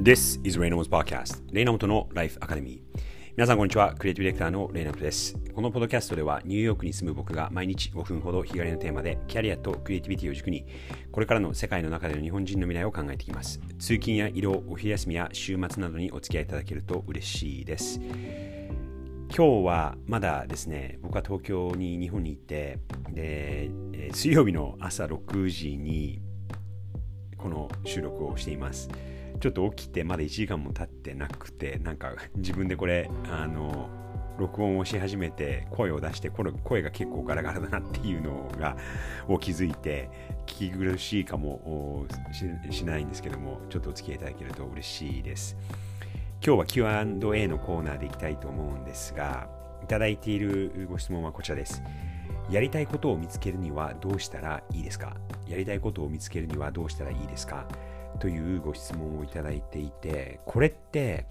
This is Reynolds Podcast レイナモトのライフアカデミー。皆さんこんにちは。クリエイティブディレクターのレイナモトです。このポッドキャストではニューヨークに住む僕が毎日5分ほど日帰りのテーマでキャリアとクリエイティビティを軸にこれからの世界の中での日本人の未来を考えていきます。通勤や移動、お昼休みや週末などにお付き合いいただけると嬉しいです。今日はまだですね、僕は東京に日本に行ってで水曜日の朝6時にこの収録をしています。ちょっと起きてまだ1時間も経ってなくて、なんか自分でこれ録音をし始めて声を出して、この声が結構ガラガラだなっていうのを気づいて、聞き苦しいかもしないんですけども、ちょっとお付き合いいただけると嬉しいです。今日は Q&A のコーナーでいきたいと思うんですが、いただいているご質問はこちらです。やりたいことを見つけるにはどうしたらいいですか？やりたいことを見つけるにはどうしたらいいですか？というご質問をいただいていて、これって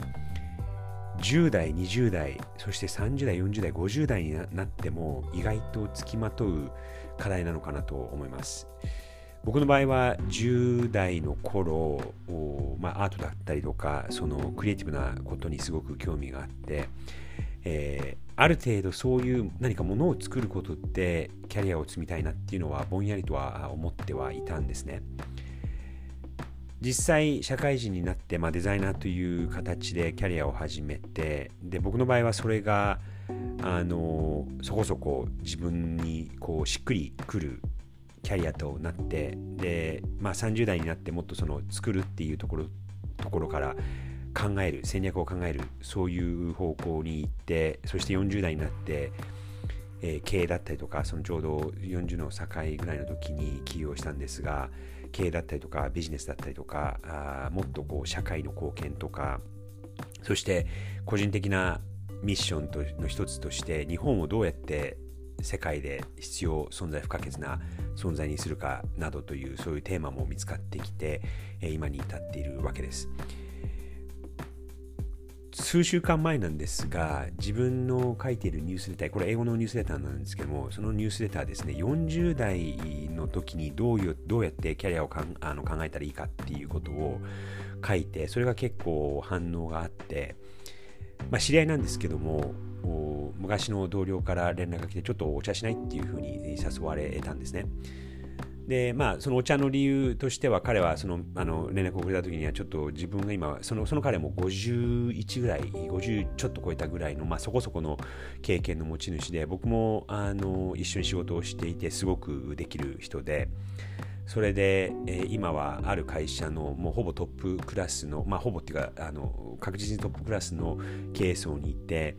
10代、20代、そして30代、40代、50代になっても意外とつきまとう課題なのかなと思います。僕の場合は10代の頃、アートだったりとか、そのクリエイティブなことにすごく興味があって、ある程度そういう何かものを作ることってキャリアを積みたいなっていうのはぼんやりとは思ってはいたんですね。実際社会人になって、デザイナーという形でキャリアを始めて、で僕の場合はそれがそこそこ自分にこうしっくりくるキャリアとなって、で、30代になってもっとその作るっていうところから考える、戦略を考える、そういう方向に行って、そして40代になって、経営だったりとか、そのちょうど40の境ぐらいの時に起業したんですが、経営だったりとかビジネスだったりとか、もっとこう社会の貢献とか、そして個人的なミッションの一つとして日本をどうやって世界で必要存在不可欠な存在にするかなどという、そういうテーマも見つかってきて、今に至っているわけです。数週間前なんですが、自分の書いているニュースレター、これ英語のニュースレターなんですけども、そのニュースレターですね、40代の時にどうやってキャリアを考えたらいいかっていうことを書いて、それが結構反応があって、知り合いなんですけども、昔の同僚から連絡が来て、ちょっとお茶しないっていうふうに誘われたんですね。で、そのお茶の理由としては、彼は連絡をくれた時には、ちょっと自分が今その彼も51ぐらい、50ちょっと超えたぐらいの、そこそこの経験の持ち主で、僕も一緒に仕事をしていてすごくできる人で、それで、今はある会社のもうほぼトップクラスの、ほぼっていうか確実にトップクラスの経営層にいて、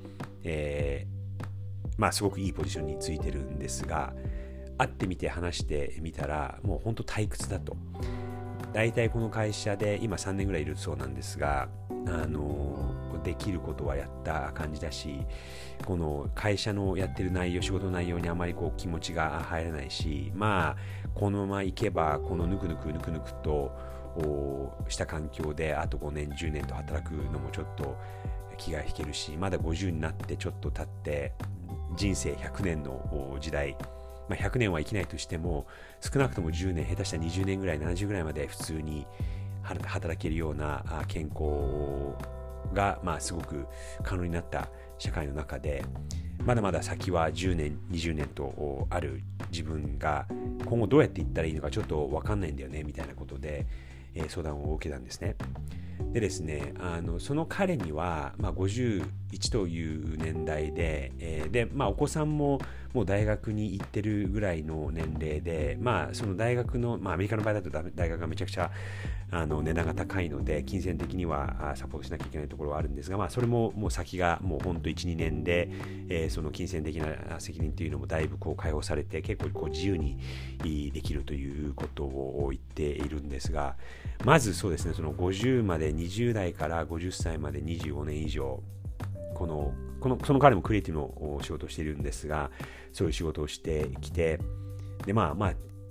すごくいいポジションについてるんですが、会ってみて話してみたら、もう本当退屈だと。大体この会社で今3年ぐらいいるそうなんですが、できることはやった感じだし、この会社のやってる内容、仕事の内容にあまりこう気持ちが入らないし、このままいけばこのぬくぬくとした環境であと5年10年と働くのもちょっと気が引けるし、まだ50になってちょっと経って人生100年の時代、100年は生きないとしても少なくとも10年、下手したら20年ぐらい、70ぐらいまで普通に働けるような健康がすごく可能になった社会の中で、まだまだ先は10年20年とある自分が今後どうやっていったらいいのかちょっと分かんないんだよねみたいなことで、相談を受けたんですね。でですね、その彼には、51という年代で、お子さんももう大学に行ってるぐらいの年齢で、その大学の、アメリカの場合だと大学がめちゃくちゃ値段が高いので、金銭的にはサポートしなきゃいけないところはあるんですが、それももう先がもう本当 1,2 年で、その金銭的な責任というのもだいぶこう解放されて、結構こう自由にできるということを言っているんですが、まずそうですね、その50まで20代から50歳まで25年以上、その彼もクリエイティブの仕事をしているんですが、そういう仕事をしてきて、で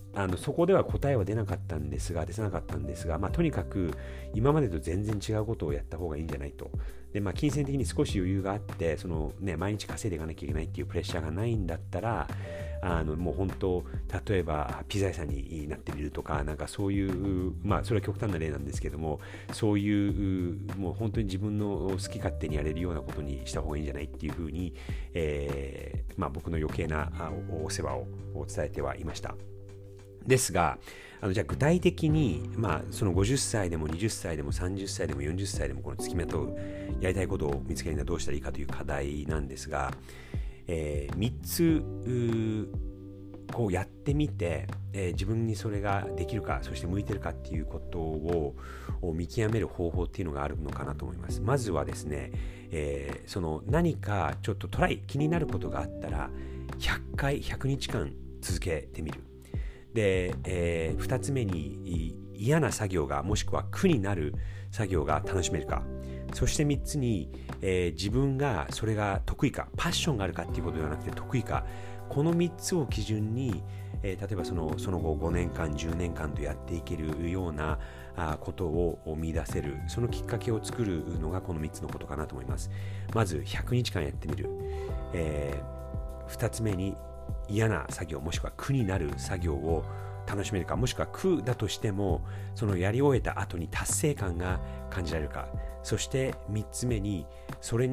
そこでは答えは出せなかったんですが、とにかく今までと全然違うことをやった方がいいんじゃないと。で、金銭的に少し余裕があって、毎日稼いでいかなきゃいけないっていうプレッシャーがないんだったら、もう本当、例えばピザ屋さんになってみるとか、なんかそういう、それは極端な例なんですけども、そういう、もう本当に自分の好き勝手にやれるようなことにした方がいいんじゃないっていうふうに、僕の余計なお世話を伝えてはいました。ですが、じゃあ具体的に、その50歳でも20歳でも30歳でも40歳でもこの付きまとうやりたいことを見つけるにはどうしたらいいかという課題なんですが、3つこうやってみて、自分にそれができるか、そして向いてるかっていうことを見極める方法っていうのがあるのかなと思います。まずはですね、その何かちょっと気になることがあったら100日間続けてみる。で、2つ目に嫌な作業がもしくは苦になる作業が楽しめるか。そして3つに、自分がそれが得意か、パッションがあるかっていうことではなくて得意か、この3つを基準に、例えばその後5年間10年間とやっていけるようなことを見出せる、そのきっかけを作るのがこの3つのことかなと思います。まず100日間やってみる、2つ目に嫌な作業もしくは苦になる作業を楽しめるか、もしくは苦だとしてもそのやり終えた後に達成感が感じられるか。そして3つ目にそれを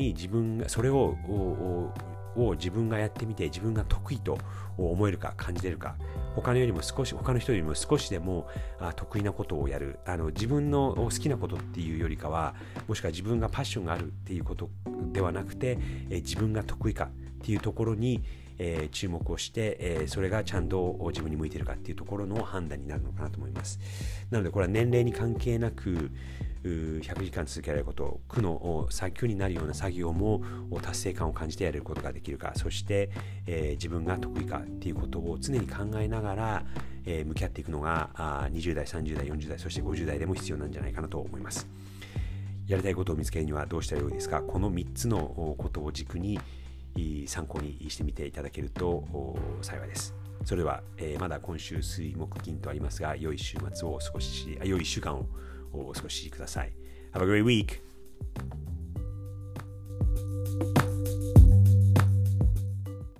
自分がやってみて自分が得意と思えるか感じれるか。他の人よりも少しでも得意なことをやる、自分の好きなことっていうよりかは、もしくは自分がパッションがあるっていうことではなくて、自分が得意かっていうところに注目をして、それがちゃんと自分に向いているかっていうところの判断になるのかなと思います。なのでこれは年齢に関係なく100時間続けられること、苦になるような作業も達成感を感じてやれることができるか、そして、自分が得意かっていうことを常に考えながら、向き合っていくのが20代、30代、40代、そして50代でも必要なんじゃないかなと思います。やりたいことを見つけるにはどうしたらよいですか。この3つのことを軸に参考にしてみていただけると幸いです。それでは、まだ今週水木金とありますが、良い週間をお過ごしください。Have a great week!